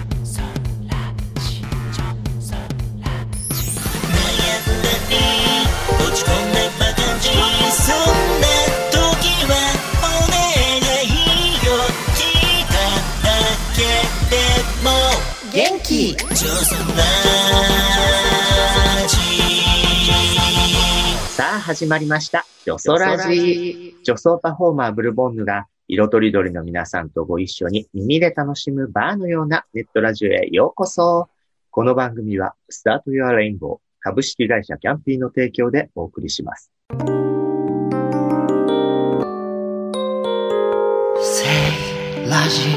元気さあ始まりましたジョソラジ。女装パフォーマーブルボンヌが色とりどりの皆さんとご一緒に耳で楽しむバーのようなネットラジオへようこそ。この番組はスタートユアレインボー株式会社キャンピーの提供でお送りします。セラジ。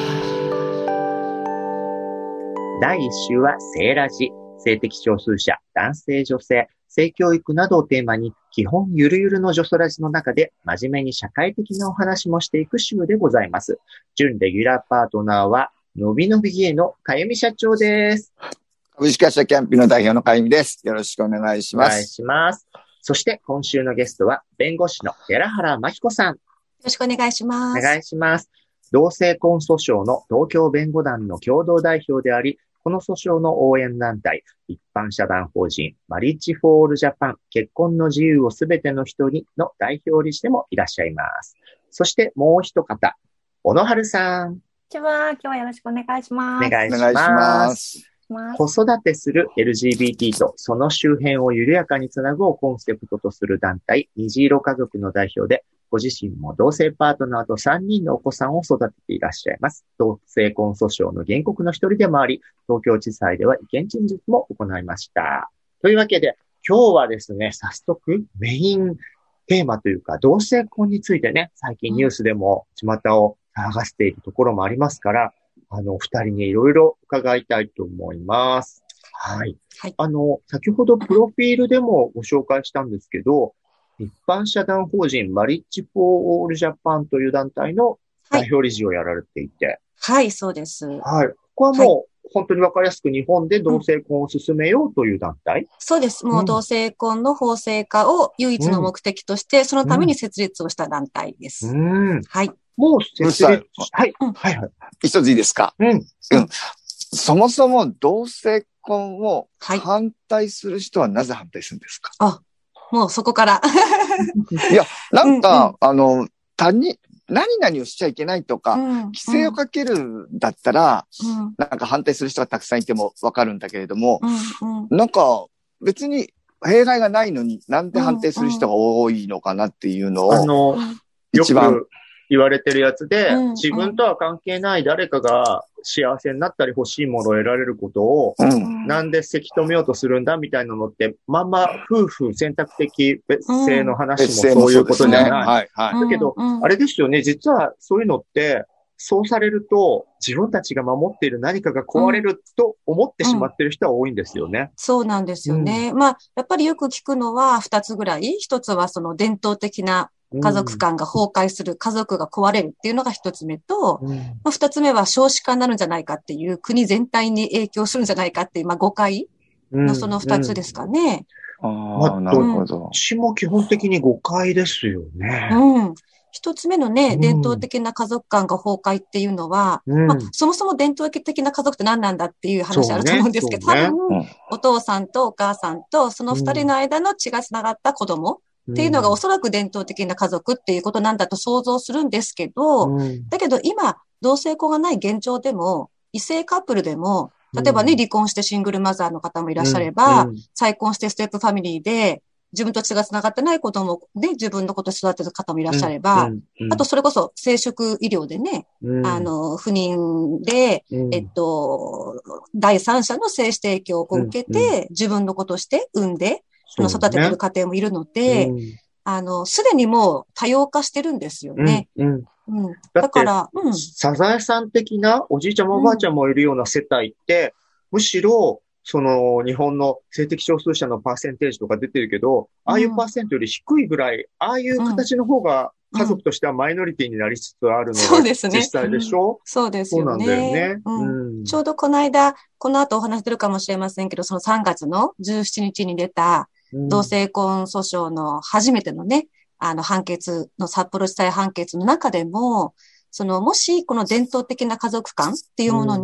第1週はセーラジ。性的少数者、男性女性、性教育などをテーマに基本ゆるゆるのジョソラジの中で真面目に社会的なお話もしていく週でございます。準レギュラーパートナーはのびのび家のかゆみ社長です。 株式会社キャンピーの代表のかゆみです。よろしくお願いします。 お願いします。そして今週のゲストは弁護士の寺原真紀子さん。よろしくお願いします。 お願いします。同性婚訴訟の東京弁護団の共同代表であり、この訴訟の応援団体、一般社団法人、マリッジフォーオールジャパン、結婚の自由をすべての人にの代表理事でもいらっしゃいます。そしてもう一方、小野春さん。 こんにちは。今日はよろしくお願いします。 お願いします。子育てする LGBT とその周辺を緩やかにつなぐをコンセプトとする団体、虹色家族の代表で、ご自身も同性パートナーと3人のお子さんを育てていらっしゃいます。同性婚訴訟の原告の一人でもあり、東京地裁では意見陳述も行いました。というわけで、今日はですね、早速メインテーマというか、同性婚についてね、最近ニュースでも巷を騒がせているところもありますから、二人にいろいろ伺いたいと思います。はい。はい、先ほどプロフィールでもご紹介したんですけど、一般社団法人マリッジフォーオールジャパンという団体の代表理事をやられていて。 はい、はい、そうです。 はい。ここはもう、本当にわかりやすく日本で同性婚を進めようという団体、 そうです。もう同性婚の法制化を唯一の目的として、そのために設立をした団体です。はい。 もう設立、はい。はい。 一ついいですか？そもそも同性婚を反対する人はなぜ反対するんですか？ もうそこから。 いや、なんか、何々をしちゃいけないとか、規制をかけるんだったら、なんか反対する人がたくさんいてもわかるんだけれども、なんか別に弊害がないのになんで反対する人が多いのかなっていうのを、一番よく言われてるやつで、自分とは関係ない誰かが幸せになったり欲しいものを得られることを、なんでせき止めようとするんだみたいなのって、まんま夫婦選択的別姓の話もそういうことじゃない。だけど、あれですよね、実はそういうのって、そうされると自分たちが守っている何かが壊れると思ってしまっている人は多いんですよね。 そうなんですよね。まあ、やっぱりよく聞くのは2つぐらい。1つはその伝統的な家族観が崩壊する、家族が壊れるっていうのが一つ目と、二つ目は少子化になるんじゃないかっていう国全体に影響するんじゃないかっていう、誤解のその二つですかね。 なるほど。 私も基本的に誤解ですよね。 一つ目のね、伝統的な家族観が崩壊っていうのは、そもそも伝統的な家族って何なんだっていう話あると思うんですけど、多分、お父さんとお母さんとその二人の間の血がつながった子供、っていうのがおそらく伝統的な家族っていうことなんだと想像するんですけど、だけど今、同性婚がない現状でも、異性カップルでも、例えばね、離婚してシングルマザーの方もいらっしゃれば、再婚してステップファミリーで、自分と血が繋がってない子供で自分のことを育てる方もいらっしゃれば、あとそれこそ生殖医療でね、不妊で、第三者の精子提供を受けて、自分のことして産んで、育ててる家庭もいるので、すでにもう多様化してるんですよね。 だから、サザエさん的なおじいちゃんもおばあちゃんもいるような世帯って、むしろ、日本の性的少数者のパーセンテージとか出てるけど、ああいうパーセントより低いぐらい、ああいう形の方が家族としてはマイノリティになりつつあるのが実際でしょ？ そうですよね。 そうなんだよね。 ちょうどこの間、この後お話出るかもしれませんけど、その3月の17日に出た、同性婚訴訟の初めてのね、判決の札幌地裁判決の中でも、もしこの伝統的な家族観っていうものに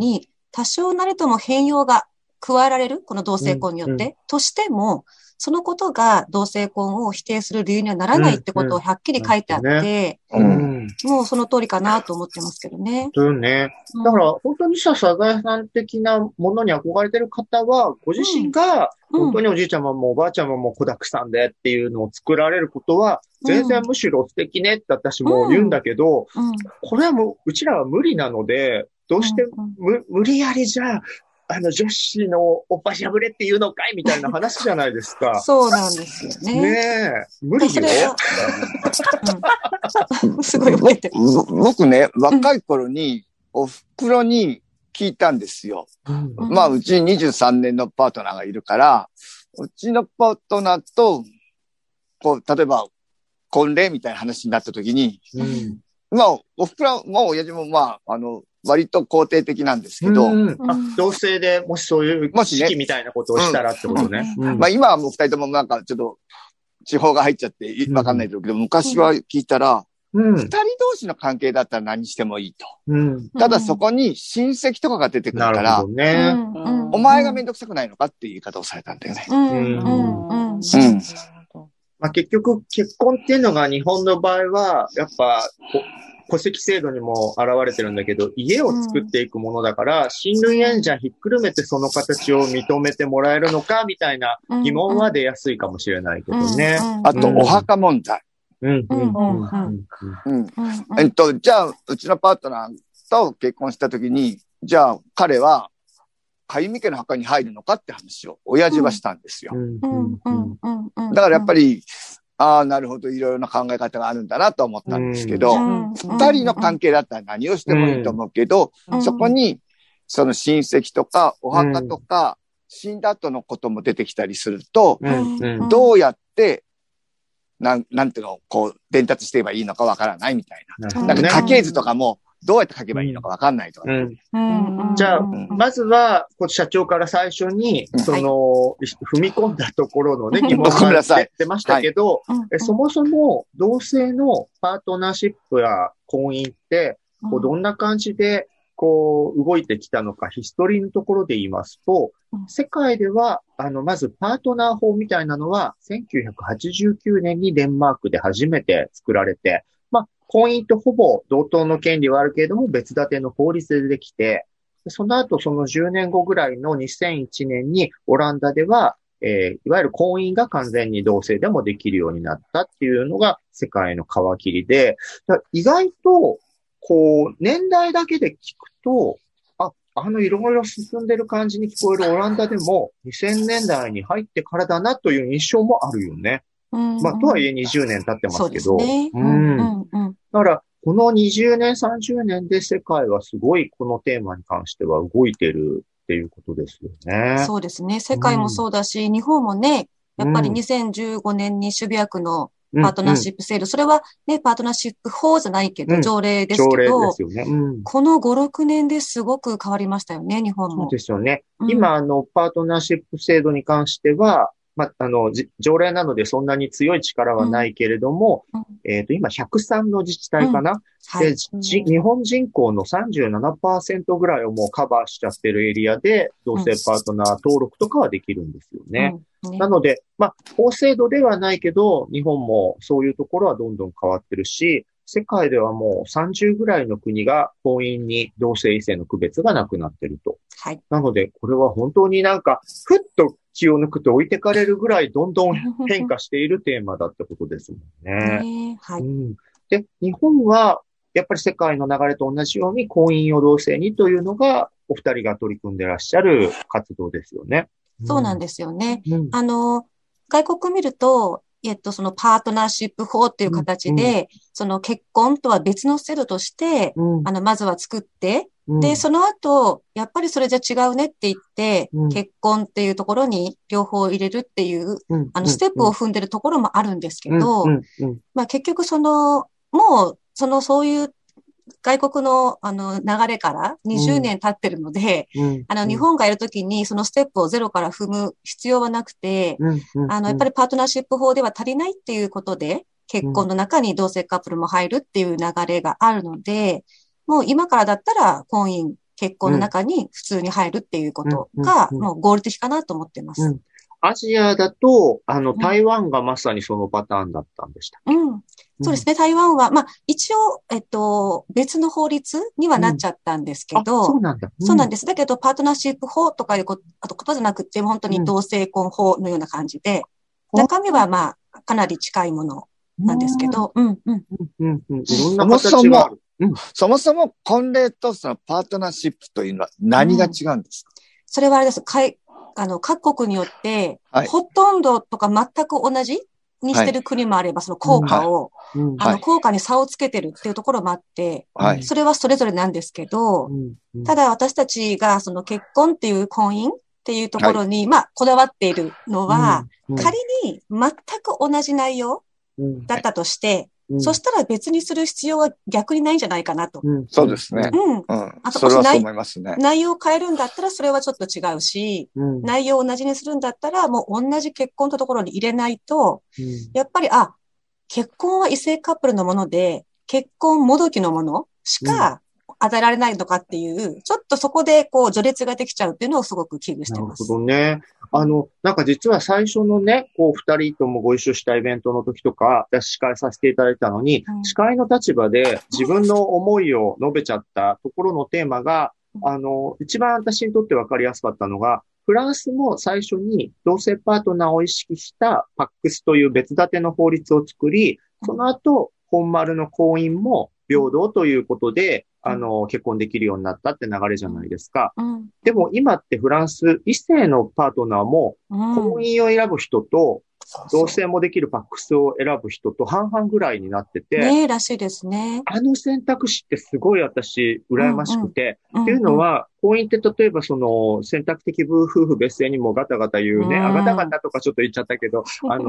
多少なりとも変容が加えられる、この同性婚によって、としても、そのことが同性婚を否定する理由にはならないってことをはっきり書いてあって、もうその通りかなと思ってますけどね。 そうね。だから本当にサザエさん的なものに憧れてる方は、ご自身が本当におじいちゃまもおばあちゃまも子だくさんでっていうのを作られることは、全然むしろ素敵ねって私も言うんだけど、これはもう、うちらは無理なので、どうして無理やりじゃあ、女子のおっぱしゃぶれっていうのかいみたいな話じゃないですか。 そうなんですよね。 ねえ。無理よ。 すごい覚えてる。 僕ね、若い頃に、お袋に聞いたんですよ。まあ、うちに23年のパートナーがいるから、うちのパートナーと、こう、例えば、婚礼みたいな話になった時に、まあ、お袋も親父もまあ、割と肯定的なんですけど。 同性でもしそういう式みたいなことをしたらってことね。 まあ今はもう二人ともなんかちょっと地方が入っちゃってわかんないけど、昔は聞いたら、二人同士の関係だったら何してもいいと。ただそこに親戚とかが出てくるから、お前がめんどくさくないのかっていう言い方をされたんだよね。 まあ結局結婚っていうのが日本の場合は、やっぱ、戸籍制度にも現れてるんだけど、家を作っていくものだから、親類縁者ひっくるめてその形を認めてもらえるのかみたいな疑問は出やすいかもしれないけどね。 あと、お墓問題。じゃあ、うちのパートナーと結婚したときに、じゃあ彼は、かゆみ家の墓に入るのかって話を、親父はしたんですよ。だからやっぱり、ああ、なるほど。いろいろな考え方があるんだなと思ったんですけど、二人の関係だったら何をしてもいいと思うけど、そこに、その親戚とか、お墓とか、死んだ後のことも出てきたりすると、どうやって、なんていうの、こう、伝達していけばいいのかわからないみたいな。なんか家系図とかも、どうやって書けばいいのかわかんないとか。 じゃあ、まずは、社長から最初に、踏み込んだところのね、疑問が出ましたけど、そもそも同性のパートナーシップや婚姻って、どんな感じで、動いてきたのか、ヒストリーのところで言いますと、世界では、まずパートナー法みたいなのは、1989年にデンマークで初めて作られて、婚姻とほぼ同等の権利はあるけれども別立ての法律でできて、その後その10年後ぐらいの2001年にオランダでは、いわゆる婚姻が完全に同性でもできるようになったっていうのが世界の皮切りで、意外と年代だけで聞くと、いろいろ進んでる感じに聞こえるオランダでも2000年代に入ってからだなという印象もあるよね。とはいえ20年経ってますけど。だから、この20年、30年で世界はすごいこのテーマに関しては動いてるっていうことですよね。 そうですね。世界もそうだし、日本もね、やっぱり2015年に渋谷区のパートナーシップ制度、それはね、パートナーシップ法じゃないけど、条例ですけど、 条例ですよね。 この5、6年ですごく変わりましたよね、日本も。 そうですよね。今、パートナーシップ制度に関しては、条例なのでそんなに強い力はないけれども、今103の自治体かな、で、日本人口の 37% ぐらいをもうカバーしちゃってるエリアで、同性パートナー登録とかはできるんですよね。なので、法制度ではないけど、日本もそういうところはどんどん変わってるし、世界ではもう30ぐらいの国が婚姻に同性異性の区別がなくなってると。なので、これは本当になんか、ふっと気を抜くと置いてかれるぐらいどんどん変化しているテーマだってことですもんね。で、日本はやっぱり世界の流れと同じように婚姻を同性にというのがお二人が取り組んでらっしゃる活動ですよね。 そうなんですよね。外国見ると、そのパートナーシップ法っていう形で、その結婚とは別の制度として、まずは作って、で、その後、やっぱりそれじゃ違うねって言って、結婚っていうところに両方入れるっていう、ステップを踏んでるところもあるんですけど、結局もう、そういう外国の、流れから20年経ってるので、日本がいるときにそのステップをゼロから踏む必要はなくて、やっぱりパートナーシップ法では足りないっていうことで、結婚の中に同性カップルも入るっていう流れがあるので、もう今からだったら婚姻結婚の中に普通に入るっていうことが、もう合理的かなと思ってます。 アジアだと、台湾がまさにそのパターンだったんでした。 そうですね。台湾は、一応、別の法律にはなっちゃったんですけど、 そうなんだ。 そうなんです。だけど、パートナーシップ法とかいうあとことじゃなくて、本当に同性婚法のような感じで、中身はかなり近いものなんですけど、 そもそも婚礼とそのパートナーシップというのは何が違うんですか？ それはあれです。各国によって、ほとんどとか全く同じにしてる国もあれば、その効果を、効果に差をつけてるっていうところもあって、それはそれぞれなんですけど、ただ私たちがその結婚っていう婚姻っていうところに、こだわっているのは、仮に全く同じ内容だったとして、そしたら別にする必要は逆にないんじゃないかなと。 そうですね。 あとそれはそう思いますね。 内容を変えるんだったらそれはちょっと違うし、内容を同じにするんだったらもう同じ結婚のところに入れないと、やっぱり、結婚は異性カップルのもので、結婚もどきのものしか与えられないのかっていう、ちょっとそこで序列ができちゃうっていうのをすごく危惧してます。 なるほどね。なんか実は最初のね、二人ともご一緒したイベントの時とか、私司会させていただいたのに、司会の立場で自分の思いを述べちゃったところのテーマが、一番私にとって分かりやすかったのが、フランスも最初に同性パートナーを意識したパックスという別立ての法律を作り、その後、本丸の婚姻も平等ということで、結婚できるようになったって流れじゃないですか。でも今ってフランス、異性のパートナーも、婚姻を選ぶ人と、同性もできるパックスを選ぶ人と半々ぐらいになってて。 ねえ、らしいですね。 選択肢ってすごい私、羨ましくて。っていうのは、婚姻って例えば選択的夫婦別姓にもガタガタ言うね。ガタガタとかちょっと言っちゃったけど、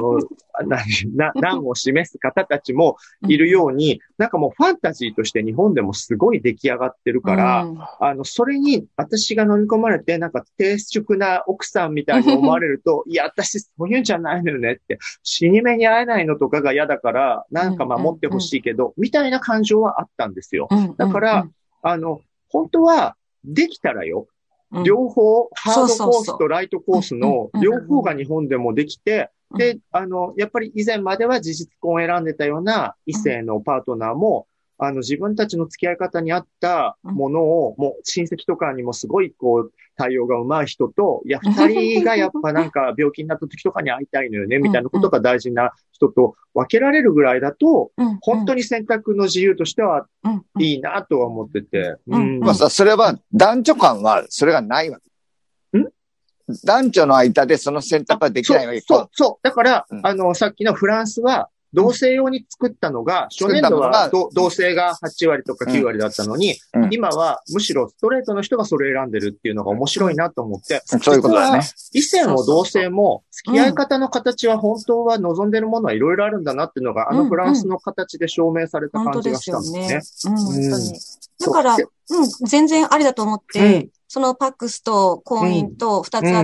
難を示す方たちもいるように、なんかもうファンタジーとして日本でもすごい出来上がってるから、それに私が飲み込まれて、なんか低粛な奥さんみたいに思われると、いや、私そういうんじゃないのよねって、死に目に会えないのとかが嫌だから、なんか守ってほしいけど、みたいな感情はあったんですよ。だから、本当は、できたらよ、両方、ハードコースとライトコースの両方が日本でもできて、で、やっぱり以前までは事実婚を選んでたような異性のパートナーも、自分たちの付き合い方に合ったものを、もう親戚とかにもすごい対応が上手い人と、いや、二人がやっぱなんか病気になった時とかに会いたいのよね、みたいなことが大事な人と分けられるぐらいだと、本当に選択の自由としてはいいなとは思ってて。 それは男女間はそれがないわけ。男女の間でその選択はできないわけ。 そう。だから、さっきのフランスは、同性用に作ったのが、初年度は同性が8割とか9割だったのに、今はむしろストレートの人がそれ選んでるっていうのが面白いなと思って、 そういうことだね。 異性も同性も付き合い方の形は本当は望んでるものはいろいろあるんだなっていうのが、フランスの形で証明された感じがしたんですね。 本当に。だから、全然ありだと思って、そのパックスと婚姻と2つあって、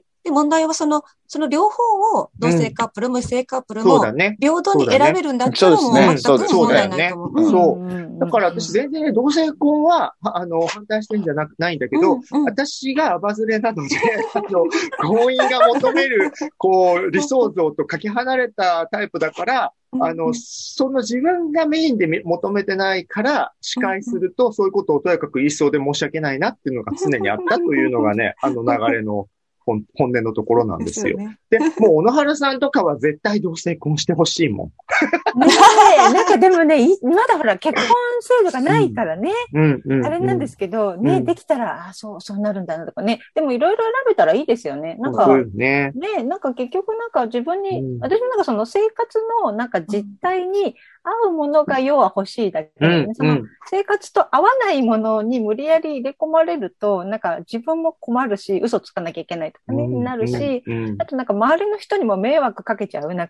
で、問題はその両方を同性カップルも異性カップルも平等に選べるんだったらもう全く問題ないと思う。 そう。だから私全然同性婚は、反対してるんじゃないんだけど、私がアバズレなので、婚姻が求める、理想像とかけ離れたタイプだから、その自分がメインで求めてないから司会すると、そういうことをとやかく言いそうで申し訳ないなっていうのが常にあったというのがね、流れの本音のところなんですよ。で、もう小野原さんとかは絶対同性婚してほしいもん。 なんかでもね、まだほら結婚制度がないからね。あれなんですけど、ね、できたら、そうなるんだなとかね。でもいろいろ選べたらいいですよね。なんか、ね、なんか結局なんか自分に、私もなんかその生活のなんか実態に合うものが要は欲しいだけでね。その生活と合わないものに無理やり入れ込まれると、なんか自分も困るし、嘘つかなきゃいけないとかね、になるし、あとなんか周りの人にも迷惑かけちゃう。なんか、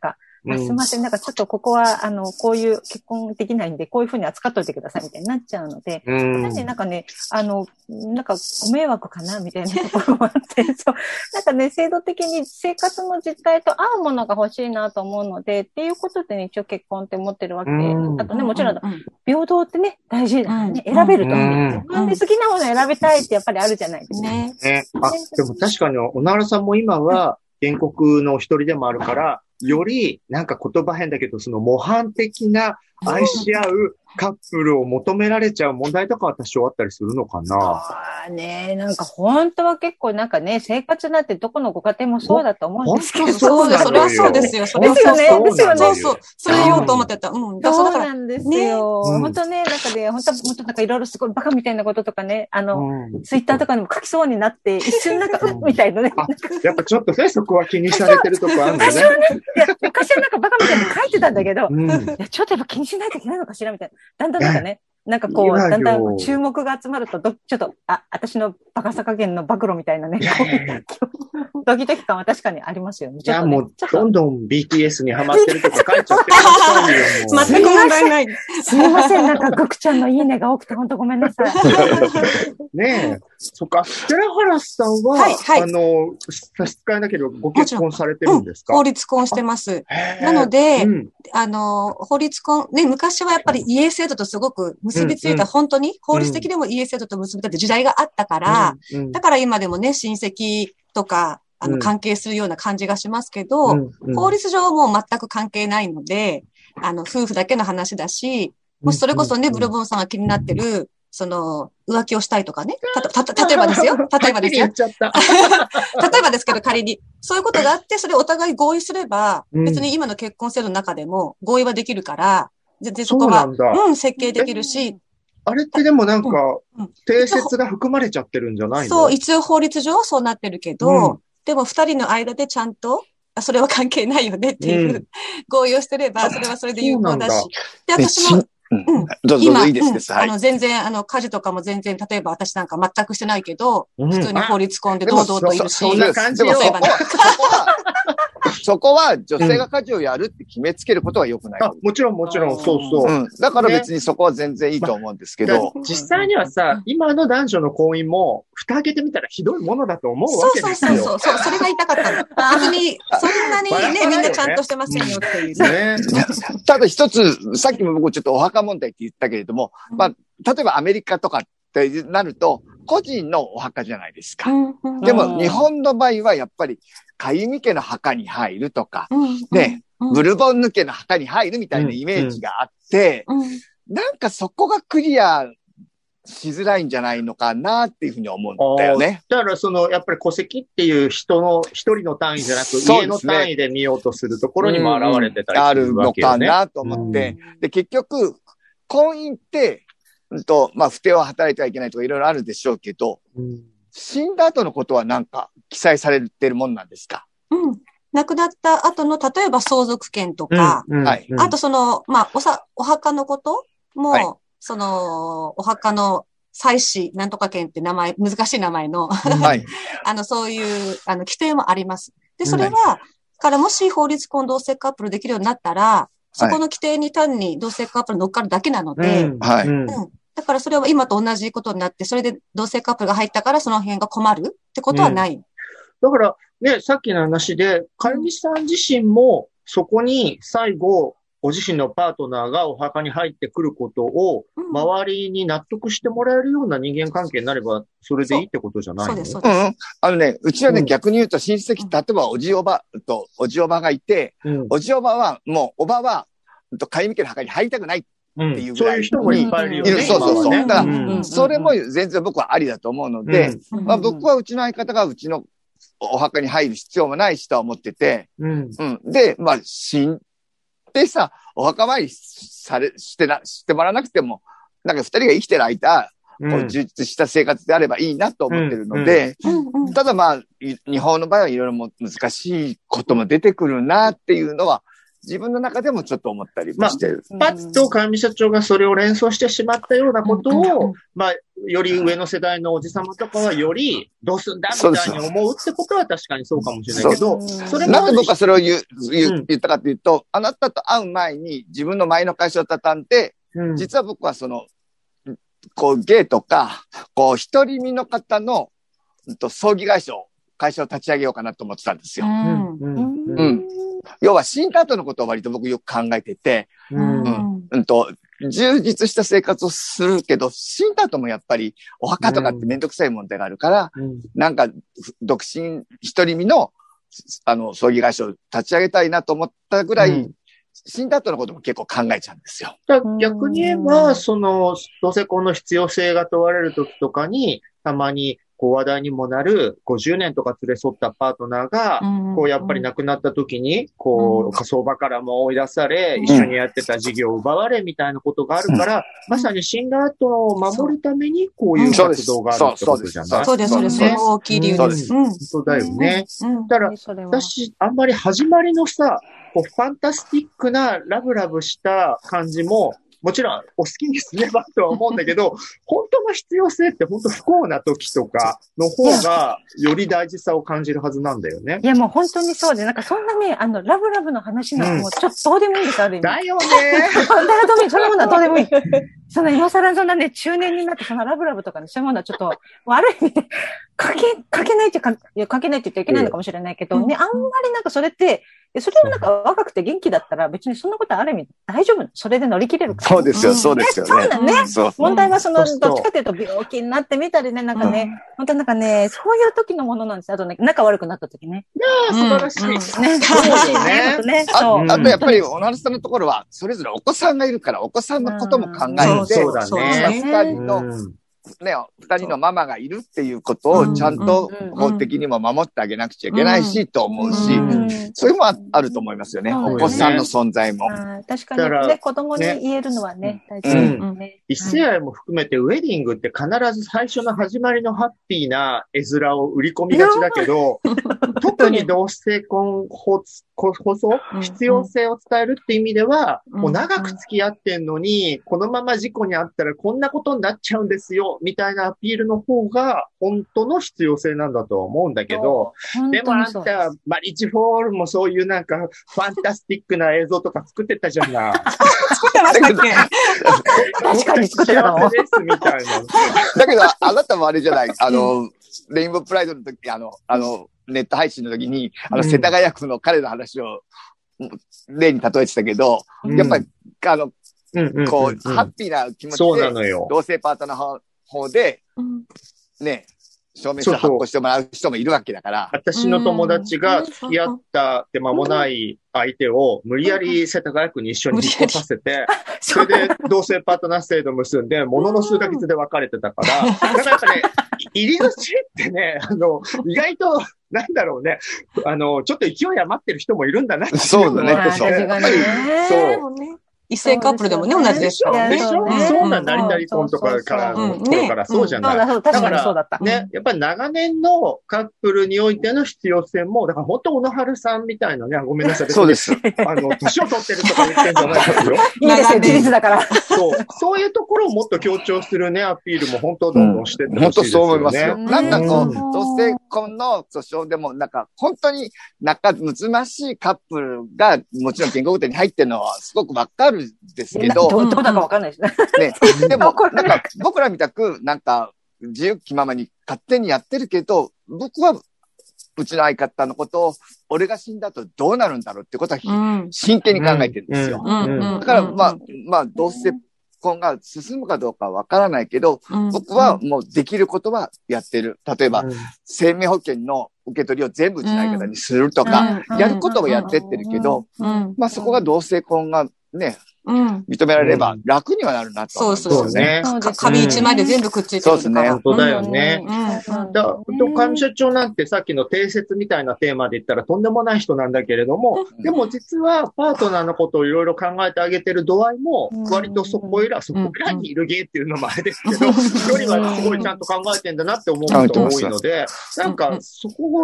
すいません、なんかちょっとここは、こういう結婚できないんで、こういうふうに扱っといてくださいみたいになっちゃうので、なんかね、なんかご迷惑かなみたいなところもあって、そう、なんかね、制度的に生活の実態と合うものが欲しいなと思うので、っていうことでね、一応結婚って思ってるわけで、あとね、もちろん、平等ってね、大事だからね、選べると思う。自分で好きなものを選びたいってやっぱりあるじゃないですか。 ね。でも確かに、小野原さんも今は、原告の一人でもあるから、より、なんか言葉変だけど、その模範的な愛し合うカップルを求められちゃう問題とかは多少あったりするのかな。 ね、なんか本当は結構なんかね、生活なんてどこのご家庭もそうだと思うんですけど。 そうです。それはそうですよ。それはそうですよね。 そうそう。それ言おうと思ってた。 そうなんですよ。本当ね、なんかね、本当なんかいろいろすごいバカみたいなこととかね、ツイッターとかにも書きそうになって、一瞬なんか、みたいなね。 やっぱちょっとね、そこは気にされてるとこあるんだね。 昔はなんかバカみたいに書いてたんだけど、ちょっとやっぱ気にしないといけないのかしらみたいな。だんだんなんかね、なんかこう、だんだん注目が集まると、ちょっと、私のバカさ加減の暴露みたいなね、ドキドキ感は確かにありますよね。 いや、もう、どんどん BTS にハマってるとか書いちゃってくださいよ。 全く問題ない。 すみません、なんか、グクちゃんのいいねが多くて、ほんとごめんなさい。 ねえ。そっか。寺原さんは、差し支えなければご結婚されてるんですか？ 法律婚してます。なので、法律婚、ね、昔はやっぱり家制度とすごく結びついた、本当に法律的でも家制度と結びついた時代があったから、だから今でもね、親戚とか、関係するような感じがしますけど、法律上はもう全く関係ないので、夫婦だけの話だし、もしそれこそね、ブルボンさんが気になってる、浮気をしたいとかね。例えばですよ。例えばですよ。例えばですけど仮に。そういうことがあって、それをお互い合意すれば、別に今の結婚制度の中でも合意はできるから、全然そこは、設計できるし。 あれってでもなんか、定説が含まれちゃってるんじゃないの？ そう、一応法律上はそうなってるけど、でも二人の間でちゃんと、それは関係ないよねっていう合意をしてれば、それはそれで有効だし。で、私も、 どうぞいいです。 全然、家事とかも全然、例えば私なんか全くしてないけど、普通に法律婚で堂々といるし。 そんな感じよ。 そこは女性が家事をやるって決めつけることは良くない。 もちろん、そうそう。 だから別にそこは全然いいと思うんですけど。 実際にはさ、今の男女の婚姻も、蓋開けてみたらひどいものだと思うわけですよ。 そう、それが言いたかったの。別に、そんなにね、みんなちゃんとしてませんよっていうね。 ただ一つ、さっきも僕ちょっとお墓問題って言ったけれども、例えばアメリカとかってなると、個人のお墓じゃないですか。でも日本の場合はやっぱり、かゆみ家の墓に入るとか、ね、ブルボンヌ家の墓に入るみたいなイメージがあって、なんかそこがクリアしづらいんじゃないのかなっていうふうに思うんだよね。 だからやっぱり戸籍っていう人の一人の単位じゃなく、家の単位で見ようとするところにも現れてたりするわけよね。 あるのかなと思って。で、結局、婚姻って、不貞を働いてはいけないとかいろいろあるでしょうけど、死んだ後のことはなんか記載されてるもんなんですか？ 亡くなった後の、例えば相続権とか、あとお墓のことも、お墓の祭祀なんとか権って名前、難しい名前の、そういう、規定もあります。で、それは、からもし法律婚同性カップルできるようになったら、そこの規定に単に同性カップル乗っかるだけなので、だからそれは今と同じことになって、それで同性カップルが入ったからその辺が困るってことはない。 だからね、さっきの話で、かゆみさん自身もそこに最後、ご自身のパートナーがお墓に入ってくることを、周りに納得してもらえるような人間関係になれば、それでいいってことじゃないの？ そうです、そうです。 うちはね、逆に言うと親戚、例えばおじおばがいて、おじおばは、もうおばは、かゆみ家の墓に入りたくないっていうぐらい。 そういう人もいっぱいいるよね。 そう。だから、それも全然僕はありだと思うので、僕はうちの相方がうちのお墓に入る必要もないしとは思ってて、で、死んでさ、お墓参りしてもらわなくても、なんか二人が生きてる間、充実した生活であればいいなと思ってるので、ただ日本の場合はいろいろ難しいことも出てくるなっていうのは、 自分の中でもちょっと思ったりもしてる。 パッと上社長がそれを連想してしまったようなことを、より上の世代のおじさまとかはよりどうすんだみたいに思うってことは確かにそうかもしれないけど、それも。 なんで僕はそれを言ったかというと、あなたと会う前に自分の前の会社を畳んで、実は僕はゲイとか、一人身の方の、葬儀会社を立ち上げようかなと思ってたんですよ。要は死んだ後のことを割と僕よく考えてて、充実した生活をするけど、死んだ後もやっぱりお墓とかってめんどくさい問題があるから、なんか独身一人身の、葬儀会社を立ち上げたいなと思ったぐらい、死んだ後のことも結構考えちゃうんですよ。 逆に言えば、同性婚の必要性が問われる時とかに、たまに、話題にもなる50年とか連れ添ったパートナーが、やっぱり亡くなった時に、火葬場からも追い出され、一緒にやってた事業を奪われみたいなことがあるから、まさに死んだ後を守るために、こういう活動があるってことじゃない？ そうです、そうです。それも大きい理由です。 本当だよね。だから、私、あんまり始まりのさ、ファンタスティックなラブラブした感じも、もちろんお好きにすればとは思うんだけど、本当の必要性って本当不幸な時とかの方がより大事さを感じるはずなんだよね。 いやもう本当にそうで、なんかそんなね、ラブラブの話のもうちょっとどうでもいいんです、ある意味。 だよねそんなものはどうでもいい。今更そんなね、中年になってそのラブラブとかね、そういうものはちょっと、ある意味で、書けないって言っちゃいけないのかもしれないけど、ね、あんまりなんかそれって、それをなんか若くて元気だったら別にそんなことある意味大丈夫。それで乗り切れるから。 そうですよ、そうですよね。 そうだね。問題はどっちかというと病気になってみたりね、なんかね、本当なんかね、そういう時のものなんですよ。あとね、仲悪くなった時ね。 いやー、素晴らしい。 ね、そうですね。 あとやっぱり、おなるさんのところは、それぞれお子さんがいるから、お子さんのことも考えて、 そうだね。 二人のママがいるっていうことをちゃんと法的にも守ってあげなくちゃいけないし、と思うし、それもあると思いますよね。お子さんの存在も。 確かにね、子供に言えるのはね、大事。 一世愛も含めてウェディングって必ず最初の始まりのハッピーな絵面を売り込みがちだけど、特に同性婚こそ必要性を伝えるって意味では、もう長く付き合ってんのに、このまま事故にあったらこんなことになっちゃうんですよ、みたいなアピールの方が本当の必要性なんだとは思うんだけど、でもあんた、マリッジフォールもそういうなんかファンタスティックな映像とか作ってたじゃんな。 作ってましたっけ？ 確かに作ってたの。 幸せですみたいな。 だけど、あなたもあれじゃない、レインボープライドの時、ネット配信の時に、世田谷区の彼の話を例に例えてたけど、やっぱり、ハッピーな気持ちで、同性パートナー方で、ね、証明書発行してもらう人もいるわけだから。 私の友達が付き合ったって間もない相手を無理やり世田谷区に一緒に引っ越させて、それで同性パートナー制度結んで、ものの数ヶ月で別れてたから、だからやっぱね、入り口ってね、意外と、なんだろうね、ちょっと勢い余ってる人もいるんだなって。 そうだね。 そう。 異性カップルでもね、同じでしょ。 でしょ？そうなんだ、成田婚とかからの頃からそうじゃない。 確かにそうだった。 ね、やっぱり長年のカップルにおいての必要性も、だから本当、小野春さんみたいなね、ごめんなさい。 そうです。 年を取ってるとか言ってんじゃないですよ。 いいですよ、事実だから。 そういうところをもっと強調するね、アピールも本当どんどんしてってほしいですよね。 本当そう思いますよ。なんか同性婚の訴訟でも、なんか本当に仲睦ましいカップルが、もちろん建国典に入ってるのはすごくわかるんですけど、 どうだかわかんないですね。 でも、なんか、僕らみたく、なんか、自由気ままに勝手にやってるけど、僕は、うちの相方のことを、俺が死んだ後どうなるんだろうってことは、真剣に考えてるんですよ。だから、まあ、同性婚が進むかどうかはわからないけど、僕はもうできることはやってる。例えば、生命保険の受け取りを全部うちの相方にするとか、やることをやってってるけど、まあそこが同性婚がね、認められれば楽にはなるなと思うんですよね。 紙一枚で全部くっついてる。 そうですね。 本当だよね。上社長なんてさっきの定説みたいなテーマで言ったらとんでもない人なんだけれども、でも実はパートナーのことをいろいろ考えてあげてる度合いも、割とそこいらにいるゲイっていうのもあれですけど、よりはすごいちゃんと考えてんだなって思う人が多いので、なんかそこをね、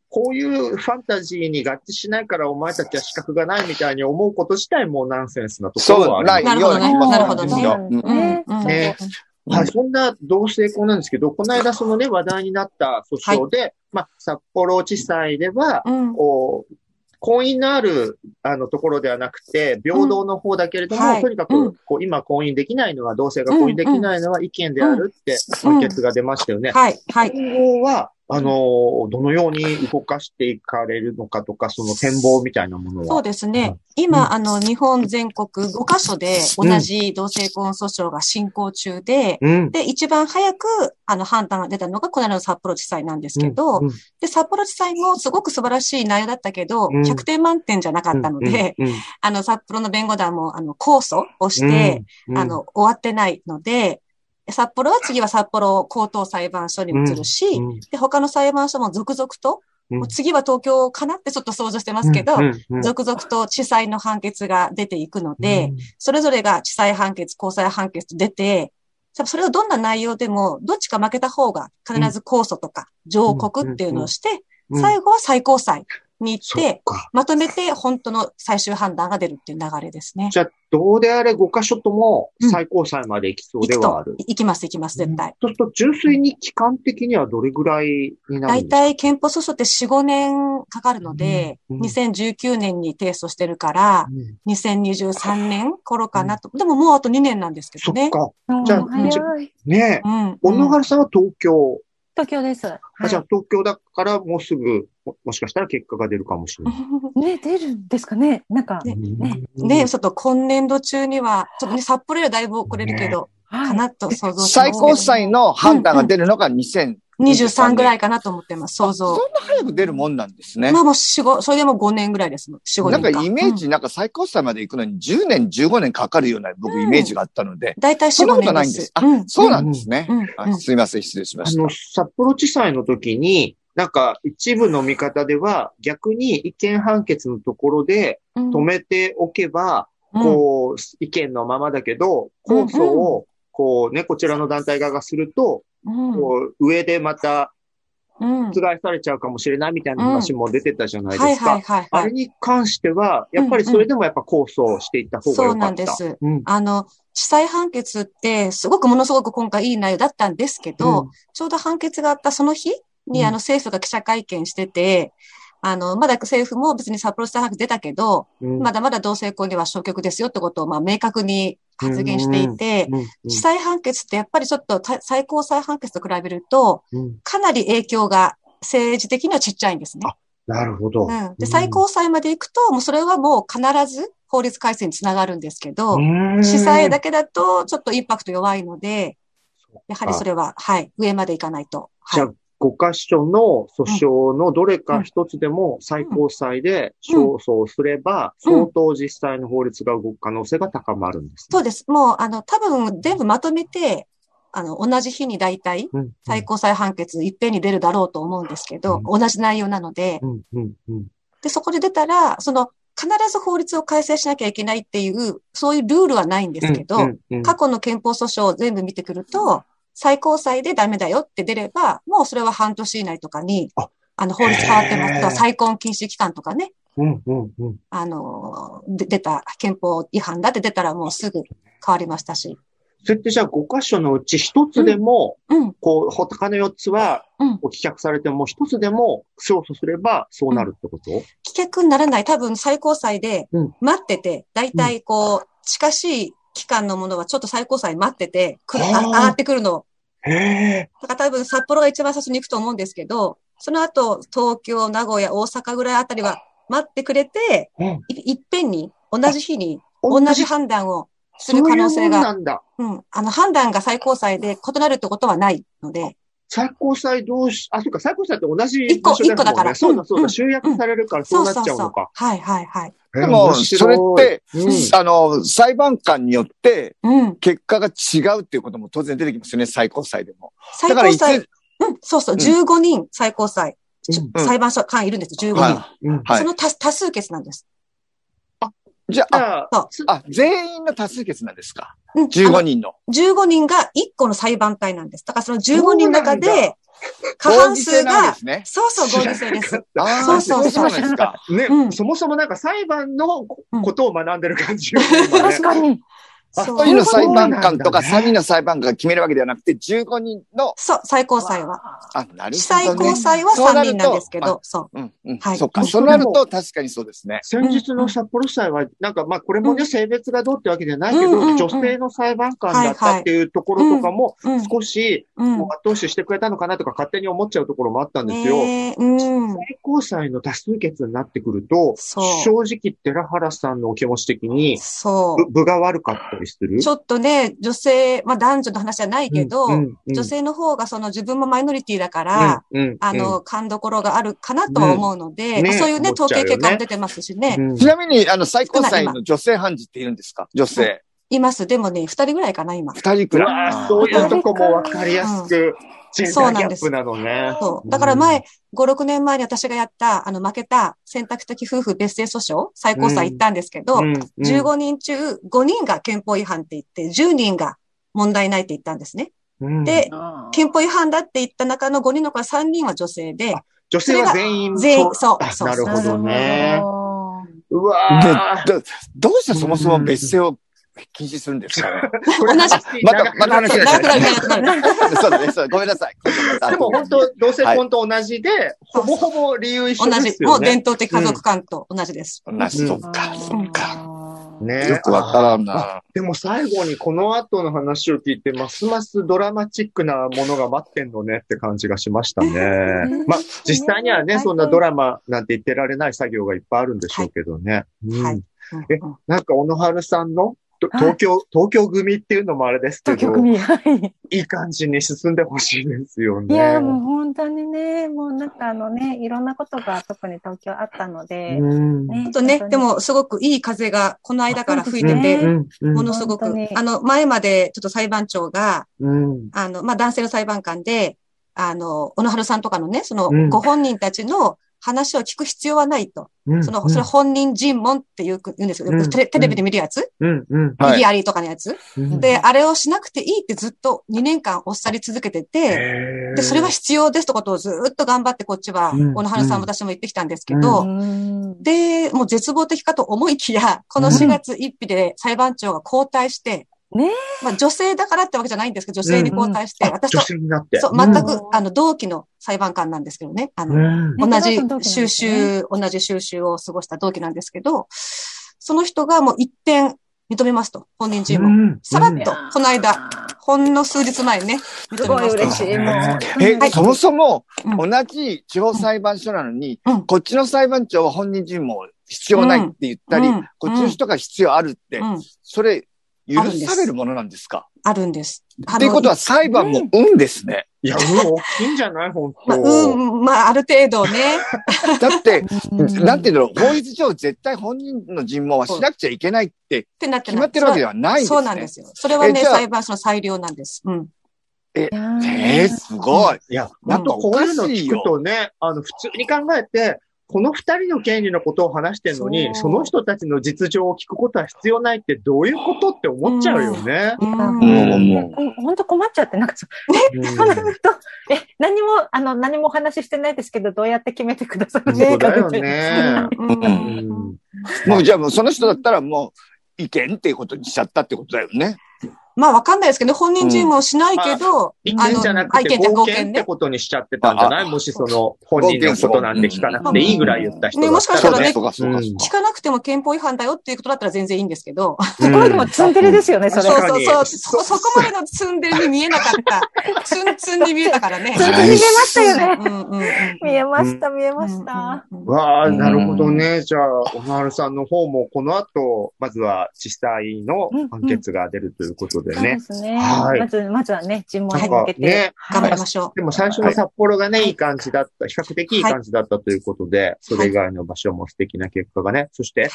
こういうファンタジーに合致しないからお前たちは資格がないみたいに思うこと自体もナンセンスなところはあります。 そう、ないような気もするんですよ。ね。はい、そんな同性婚なんですけど、この間そのね、話題になった訴訟で、札幌地裁では、婚姻のある、ところではなくて、平等の方だけれども、とにかく、今婚姻できないのは、同性が婚姻できないのは意見であるって、判決が出ましたよね。 はい、はい。 今後は、どのように動かしていかれるのかとか、その展望みたいなものは。 そうですね。今、日本全国5カ所で同じ同性婚訴訟が進行中で、で、一番早く、判断が出たのが、この間の札幌地裁なんですけど、で、札幌地裁もすごく素晴らしい内容だったけど、100点満点じゃなかったので、札幌の弁護団も、控訴をして、終わってないので、札幌は次は札幌高等裁判所に移るし、で、他の裁判所も続々と、次は東京かなってちょっと想像してますけど、続々と地裁の判決が出ていくので、それぞれが地裁判決、高裁判決と出て、それをどんな内容でも、どっちか負けた方が必ず控訴とか上告っていうのをして、最後は最高裁に行って、まとめて本当の最終判断が出るっていう流れですね。 じゃあ、どうであれ5カ所とも最高裁まで行きそうではある。 行きます、絶対。 そうすると、純粋に期間的にはどれぐらいになるんですか？ 大体憲法訴訟って4、5年かかるので、2019年に提訴してるから、2023年頃かなと。でももうあと2年なんですけどね。 そっか。じゃあ、ねえ、小野原さんは東京。 東京です。 じゃあ東京だからもうすぐ、もしかしたら結果が出るかもしれない。 ね、出るんですかね。なんか、 ね、ちょっと今年度中には、ちょっとね、札幌よりだいぶ遅れるけど、かなと想像してます。 最高裁の判断が出るのが 2023ぐらいかなと思ってます、想像。 そんな早く出るもんなんですね。 もうそれでも5年ぐらいです。4、5年なんかイメージ、最高裁まで行くのに10年、15年かかるような僕イメージがあったので。 大体4、5年です。そんなことないんです。 そうなんですね。すいません、失礼しました。 札幌地裁の時に、一部の見方では逆に違憲判決のところで止めておけば、意見のままだけど、控訴を、こちらの団体側がすると、上でまた、覆されちゃうかもしれないみたいな話も出てたじゃないですか。あれに関しては、やっぱりそれでも控訴していった方が良かった。 そうなんです。地裁判決って、ものすごく今回いい内容だったんですけど、ちょうど判決があったその日に、政府が記者会見してて、まだ政府も別に札幌地裁判決出たけど、まだまだ同性婚には消極ですよってことを、明確に発言していて、地裁判決ってやっぱりちょっと最高裁判決と比べると、かなり影響が政治的にはちっちゃいんですね。 なるほど。 で、最高裁まで行くと、もうそれはもう必ず法律改正につながるんですけど、地裁だけだとちょっとインパクト弱いので、やはりそれは、上まで行かないと。 じゃあ5カ所の訴訟のどれか一つでも最高裁で勝訴すれば、相当実際の法律が動く可能性が高まるんです、 そうです。もう、多分全部まとめて、同じ日に大体、最高裁判決いっぺんに出るだろうと思うんですけど、同じ内容なので、で、そこで出たら、必ず法律を改正しなきゃいけないっていう、そういうルールはないんですけど、過去の憲法訴訟を全部見てくると、最高裁でダメだよって出れば、もうそれは半年以内とかに、法律変わってますと、再婚禁止期間とかね、出た憲法違反だって出たらもうすぐ変わりましたし。 それってじゃあ5カ所のうち一つでも、他の4つは、棄却されても一つでも勝訴すればそうなるってこと？ 棄却にならない。多分最高裁で待ってて、だいたい近しい期間のものはちょっと最高裁待ってて、上がってくるの。だから多分札幌が一番最初に行くと思うんですけど、その後東京、名古屋、大阪ぐらいあたりは待ってくれて、いっぺんに同じ日に同じ判断をする可能性が、判断が最高裁で異なるってことはないので。 最高裁そうか、最高裁って同じ場所だもんね。 一個だから。 そうだ、集約されるからそうなっちゃうのか。 はい。 でも、それって、裁判官によって、結果が違うっていうことも当然出てきますよね、最高裁でも。 最高裁、そう、15人最高裁、裁判所官いるんです、15人。その多数決なんです。 じゃあ、全員の多数決なんですか？15人の。 15人が1個の裁判体なんです。だからその15人の中で、 過半数が、 ね、 そうそう、合議制です。 そうですか。 ね、そもそもなんか裁判のことを学んでる感じよね。 確かに。 1人の裁判官とか3人の裁判官が決めるわけではなくて、15人の。 そう、最高裁は。 なるほど、ね。 地裁高裁は3人なんですけど、そう。 はい。そっか。そうなると確かにそうですね。 先日の札幌裁は、なんかこれもね、性別がどうってわけじゃないけど、女性の裁判官だったっていうところとかも、少し、後押ししてくれたのかなとか勝手に思っちゃうところもあったんですよ。最高裁の多数決になってくると、正直寺原さんのお気持ち的に、分が悪かったりする？ ちょっとね、女性、男女の話じゃないけど、女性の方が自分もマイノリティだから、勘どころがあるかなとは思うので、そういうね、統計結果も出てますしね。 ちなみに、最高裁の女性判事っているんですか？女性。 います。でもね、2人ぐらいかな、今。 2人くらい。 そういうとこもわかりやすく、ジェンダーギャップなのね。 そう。だから5、6年前に私がやった、負けた選択的夫婦別姓訴訟、最高裁行ったんですけど、15人中5人が憲法違反って言って、10人が問題ないって言ったんですね。で、憲法違反だって言った中の5人の子は3人は女性で、 女性は全員そう。 なるほどね。うわぁ。どうしてそもそも別姓を禁止するんですかね。 同じ。 また話が長くなる。 そうだね、ごめんなさい。 でも本当、同性婚と同じで、ほぼほぼ理由一緒ですよね。 同じ。もう伝統的家族観と同じです。 同じ、そっか。 ね、 よくわからんな。 でも最後にこの後の話を聞いて、ますますドラマチックなものが待ってんのねって感じがしましたね。実際にはね、そんなドラマなんて言ってられない作業がいっぱいあるんでしょうけどね。なんか小野春さんの東京組っていうのもあれですけど、いい感じに進んでほしいですよね。 いや、もう本当にね、もうなんかいろんなことが特に東京あったので、 でもすごくいい風がこの間から吹いてて、ものすごく、前までちょっと裁判長が、男性の裁判官で、小野春さんとかのね、ご本人たちの話を聞く必要はないと。それ本人尋問って言うんですよ。テレビで見るやつイギアリーとかのやつで、あれをしなくていいってずっと2年間おっしゃり続けてて、で、それは必要ですってことをずっと頑張ってこっちは、小野春さんも私も言ってきたんですけど、で、もう絶望的かと思いきや、この4月1日で裁判長が交代して、女性だからってわけじゃないんですけど、女性に交代して、私と、そう、全く、同期の裁判官なんですけどね、同じ収集を過ごした同期なんですけど、その人がもう一点認めますと、本人尋問。さらっと、この間、ほんの数日前ね、 すごい嬉しい、もう。そもそも、同じ地方裁判所なのに、こっちの裁判長は本人尋問必要ないって言ったり、こっちの人が必要あるって、それ、許されるものなんですか？ あるんです。 っていうことは裁判も運ですね。 いや、大きいんじゃない本当。 ある程度ね。 だって、なんていうの、法律上絶対本人の尋問はしなくちゃいけないって決まってるわけではないんですね。 そうなんですよ。それはね、裁判所の裁量なんです。 すごい。 いや、なんかこういうの聞くとね、普通に考えて、この二人の権利のことを話してんのに、その人たちの実情を聞くことは必要ないってどういうことって思っちゃうよね。 本当困っちゃって、なんかそうなると、何もお話ししてないですけど、どうやって決めてくださるんですか？ そうだよね。 もうじゃあもうその人だったらもう意見っていうことにしちゃったってことだよね。 わかんないですけど、本人尋問しないけど、 意見じゃなくて合見ってことにしちゃってたんじゃない？もし本人のことなんて聞かなくていいぐらい言った人だったらね。 もしかしたらね、聞かなくても憲法違反だよっていうことだったら全然いいんですけど。 すごいでもツンデレですよね、それ。 そう。そこまでのツンデレに見えなかった。ツンに見えたからね。 ツンに見えましたよね。見えました。 わあ、なるほどね。じゃあ、小野春さんの方もこの後、まずは地裁の判決が出るということでね。 そうですね。まずはね、尋問に向けて頑張りましょう。 でも最初の札幌がね、いい感じだった、比較的いい感じだったということで、それ以外の場所も素敵な結果がね、そして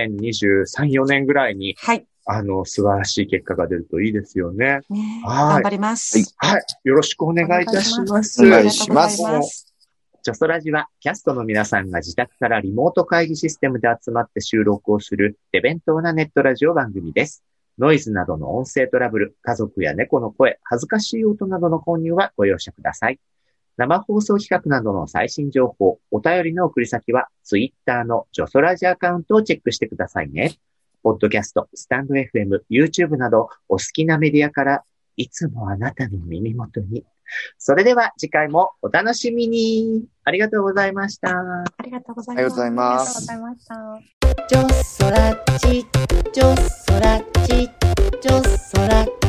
2023、4年ぐらいに、素晴らしい結果が出るといいですよね。 頑張ります。 はい。よろしくお願いいたします。 お願いします。 ジョソラジはキャストの皆さんが自宅からリモート会議システムで集まって収録をする手弁当なネットラジオ番組です。ノイズなどの音声トラブル、家族や猫の声、恥ずかしい音などの購入はご容赦ください。 生放送企画などの最新情報、お便りの送り先は、Twitter のジョソラジアカウントをチェックしてくださいね。ポッドキャスト、スタンド FM、YouTube など、お好きなメディアから、いつもあなたの耳元に。それでは次回もお楽しみに。ありがとうございました。 ありがとうございます。 ありがとうございます。 ありがとうございました。 ジョソラジ、ジョソラジ、ジョソラジ。